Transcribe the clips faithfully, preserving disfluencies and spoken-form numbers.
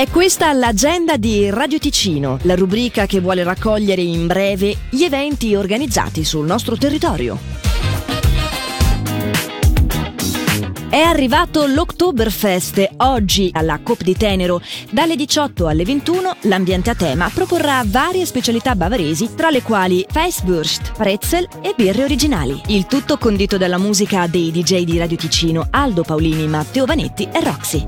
È questa l'agenda di Radio Ticino, la rubrica che vuole raccogliere in breve gli eventi organizzati sul nostro territorio. È arrivato l'Oktoberfest. Oggi alla Coop di Tenero dalle diciotto alle ventuno l'ambiente a tema proporrà varie specialità bavaresi, tra le quali Weisswurst, pretzel e birre originali. Il tutto condito dalla musica dei D J di Radio Ticino, Aldo Paolini, Matteo Vanetti e Roxy.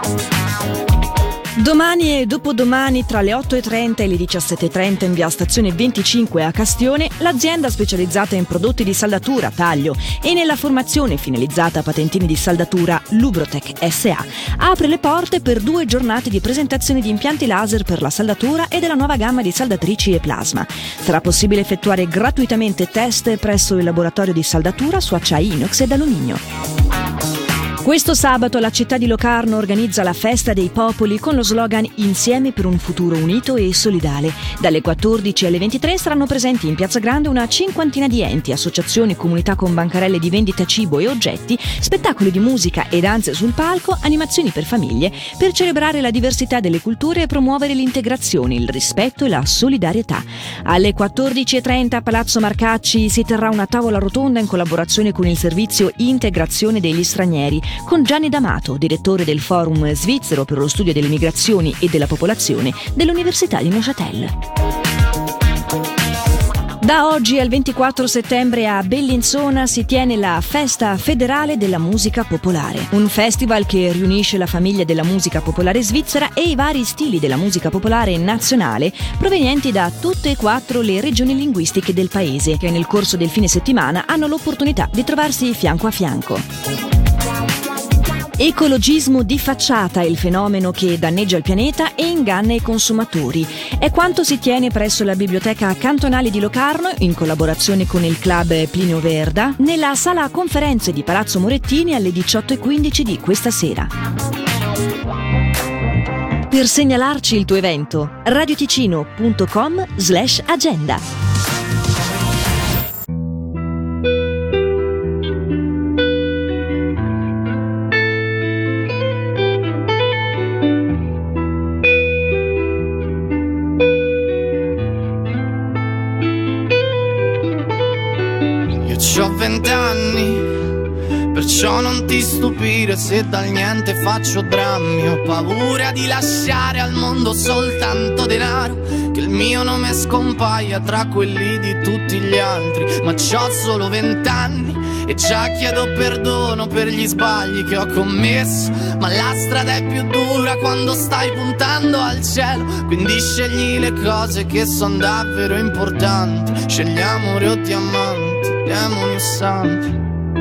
Domani e dopodomani tra le otto e trenta e le diciassette e trenta in via Stazione venticinque a Castione, l'azienda specializzata in prodotti di saldatura, taglio e nella formazione finalizzata a patentini di saldatura Lubrotec S A apre le porte per due giornate di presentazione di impianti laser per la saldatura e della nuova gamma di saldatrici e plasma. Sarà possibile effettuare gratuitamente test presso il laboratorio di saldatura su acciai inox ed alluminio. Questo sabato la città di Locarno organizza la Festa dei Popoli con lo slogan Insieme per un futuro unito e solidale. Dalle quattordici alle ventitré saranno presenti in Piazza Grande una cinquantina di enti, associazioni, comunità con bancarelle di vendita cibo e oggetti, spettacoli di musica e danze sul palco, animazioni per famiglie, per celebrare la diversità delle culture e promuovere l'integrazione, il rispetto e la solidarietà. Alle quattordici e trenta a Palazzo Marcacci si terrà una tavola rotonda in collaborazione con il servizio Integrazione degli Stranieri, con Gianni D'Amato, direttore del Forum Svizzero per lo studio delle migrazioni e della popolazione dell'Università di Neuchâtel. Da oggi al ventiquattro settembre a Bellinzona si tiene la Festa Federale della Musica Popolare, un festival che riunisce la famiglia della musica popolare svizzera e i vari stili della musica popolare nazionale provenienti da tutte e quattro le regioni linguistiche del paese, che nel corso del fine settimana hanno l'opportunità di trovarsi fianco a fianco. Ecologismo di facciata è il fenomeno che danneggia il pianeta e inganna i consumatori. È quanto si tiene presso la Biblioteca Cantonale di Locarno, in collaborazione con il Club Plinio Verda, nella sala conferenze di Palazzo Morettini alle diciotto e quindici di questa sera. Per segnalarci il tuo evento, radioticino punto com slash agenda. C'ho vent'anni, perciò non ti stupire se dal niente faccio drammi. Ho paura di lasciare al mondo soltanto denaro, che il mio nome scompaia tra quelli di tutti gli altri. Ma c'ho solo vent'anni e già chiedo perdono per gli sbagli che ho commesso. Ma la strada è più dura quando stai puntando al cielo, quindi scegli le cose che son davvero importanti. Scegli amore o diamanti, demoni o santi.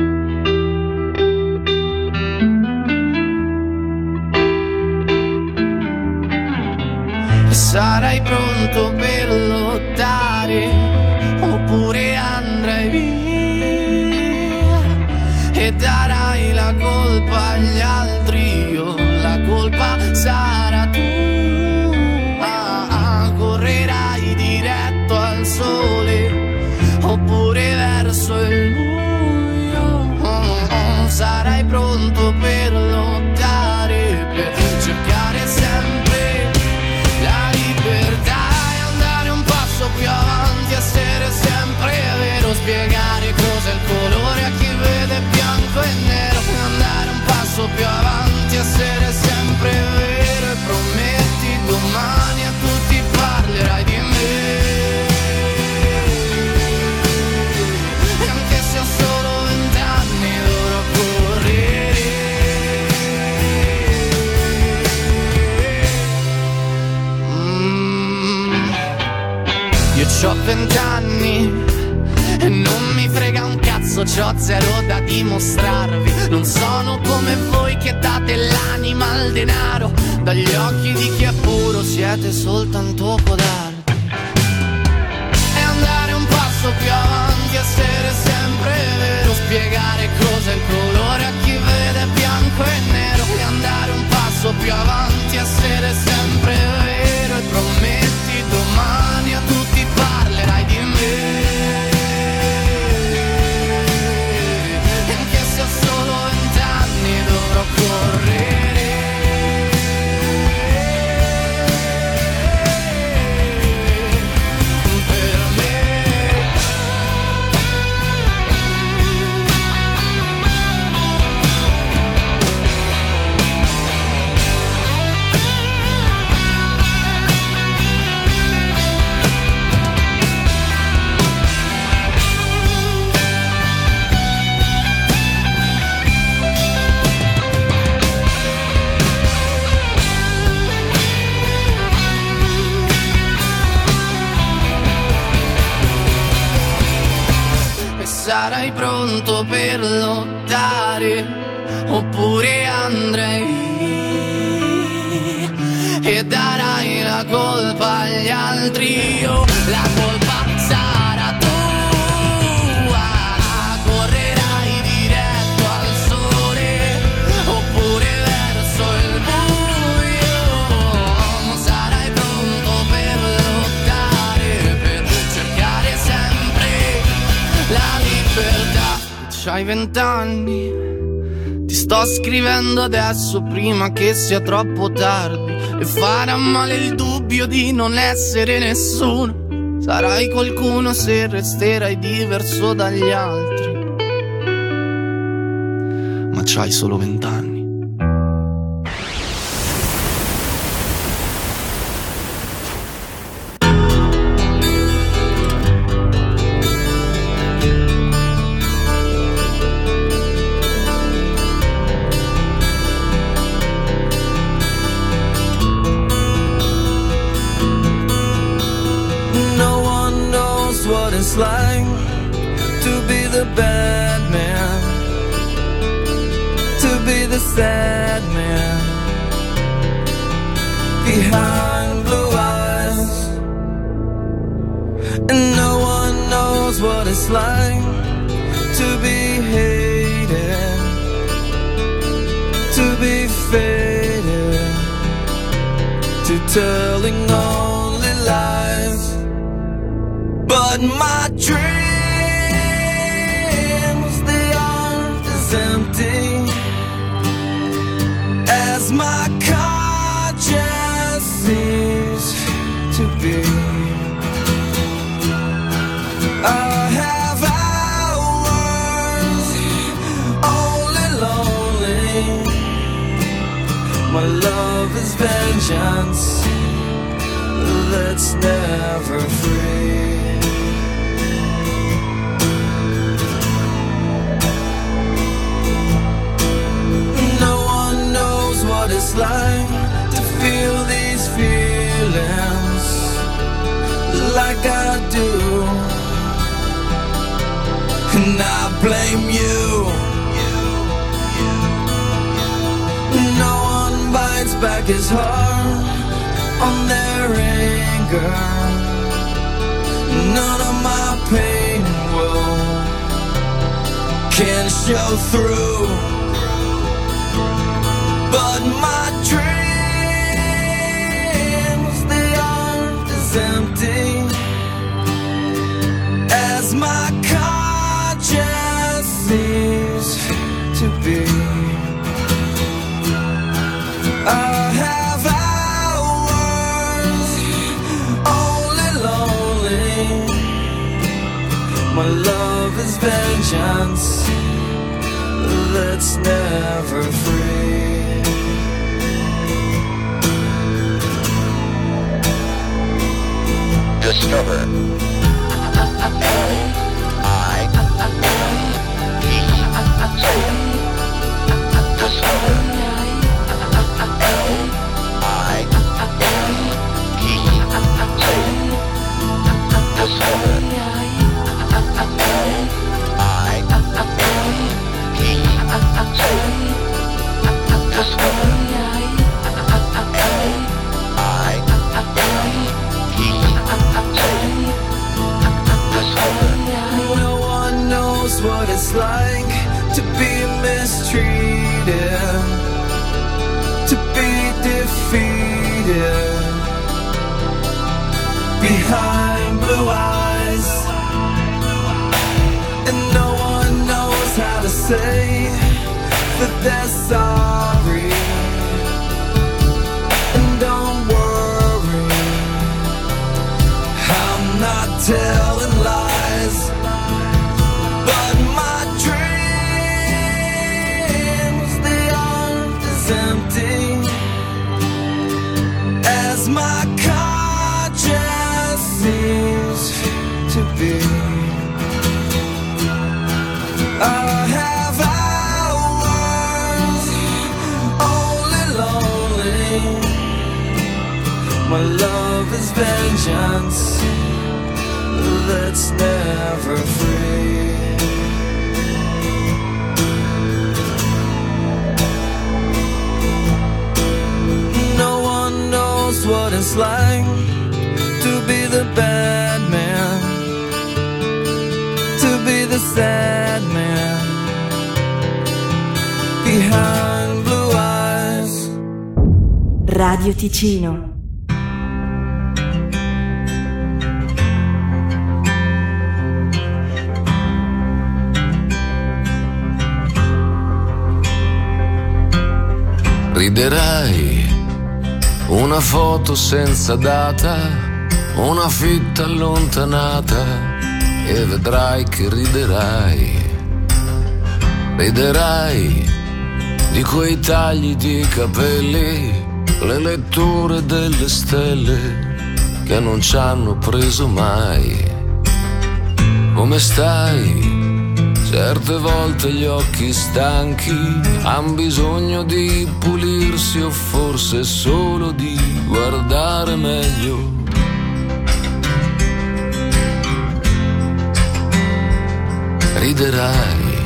E sarai pronto per lottare, oppure andrai via e darai la colpa agli altri. Io la colpa sarà tua. Correrai diretto al sole, oppure verso il buio. Sarai pronto per lottare, per cercare sempre la libertà e andare un passo più avanti, essere sempre vero, spiegare cos'è il colore a chi vede bianco e nero. Andare un passo più avanti, essere sempre vero, e prometti domani a tutti parlerai di me. C'ho vent'anni e non mi frega un cazzo, c'ho zero da dimostrarvi. Non sono come voi che date l'anima al denaro, dagli occhi di chi è puro siete soltanto codardi. E andare un passo più avanti, essere sempre vero, spiegare cos'è il colore a chi vede bianco e nero. E andare un passo più avanti, essere sempre vero, e prometti domani a tutti parlerai di me. E anche se ho solo vent'anni dovrò correre. pronto per lottare oppure andrei e darai la colpa agli altri. Io la colpa sarà tua, correrai diretto al sole oppure verso il buio. Sarai pronto per lottare, per cercare sempre la libertà. C'hai vent'anni, ti sto scrivendo adesso prima che sia troppo tardi, e farà male il dubbio di non essere nessuno. Sarai qualcuno se resterai diverso dagli altri, ma c'hai solo vent'anni. It's like to be the bad man, to be the sad man behind blue eyes. And no one knows what it's like to be hated, to be faded, to telling only lies. But my dreams, they aren't as empty as my conscience seems to be. I have hours only lonely. My love is vengeance that's never free. What it's like to feel these feelings like I do, and I blame you. No one bites back as hard on their anger. None of my pain will can show through. But my dreams, they aren't as empty as my conscience seems to be. I have hours only lonely. My love is vengeance that's never free. Discover L I E Discover L I E Discover L I E Discover No one knows what it's like to be mistreated, to be defeated behind blue eyes. And no one knows how to say that they're sorry. And don't worry, I'm not telling lies. But my dreams, they aren't as empty as my conscience seems to be. I have hours only lonely. My love is vengeance that's never free. it's like to be the bad man, to be the sad man behind blue eyes. Radio Ticino. Riderai, una foto senza data, una fitta allontanata, e vedrai che riderai. Riderai di quei tagli di capelli, le letture delle stelle che non ci hanno preso mai. Come stai? Certe volte gli occhi stanchi han bisogno di pulirsi o forse solo di guardare meglio. Riderai.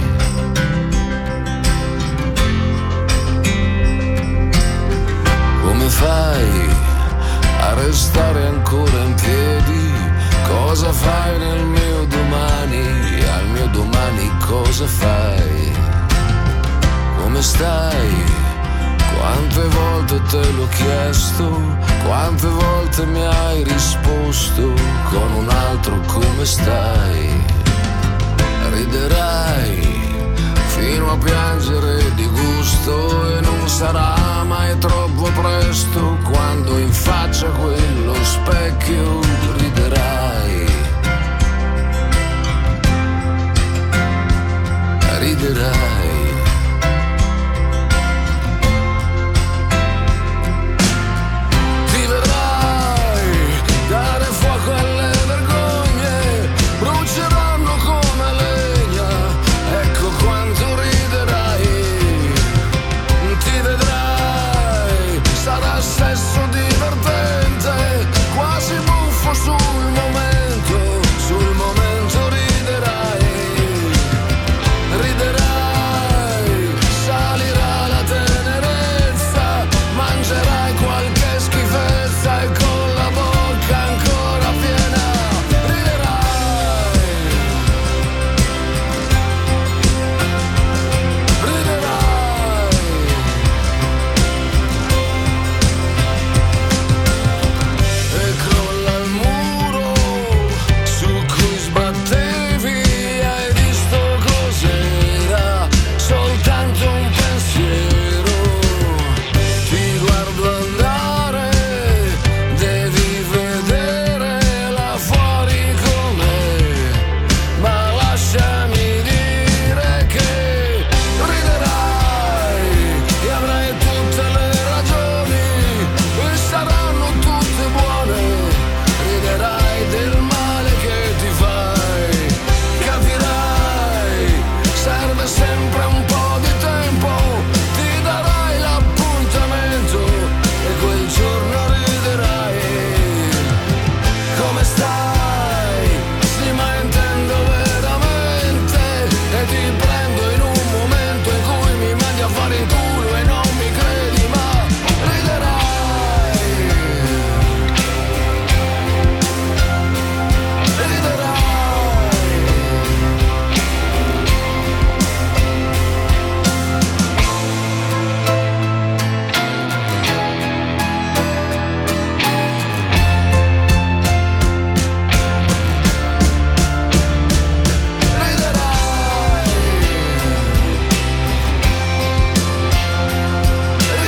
Come fai a restare ancora in piedi? Cosa fai nel mio domani? Al mio domani cosa fai? Come stai? Quante volte te l'ho chiesto, quante volte mi hai risposto con un altro come stai? Riderai fino a piangere di gusto e non sarà mai troppo presto quando in faccia quello specchio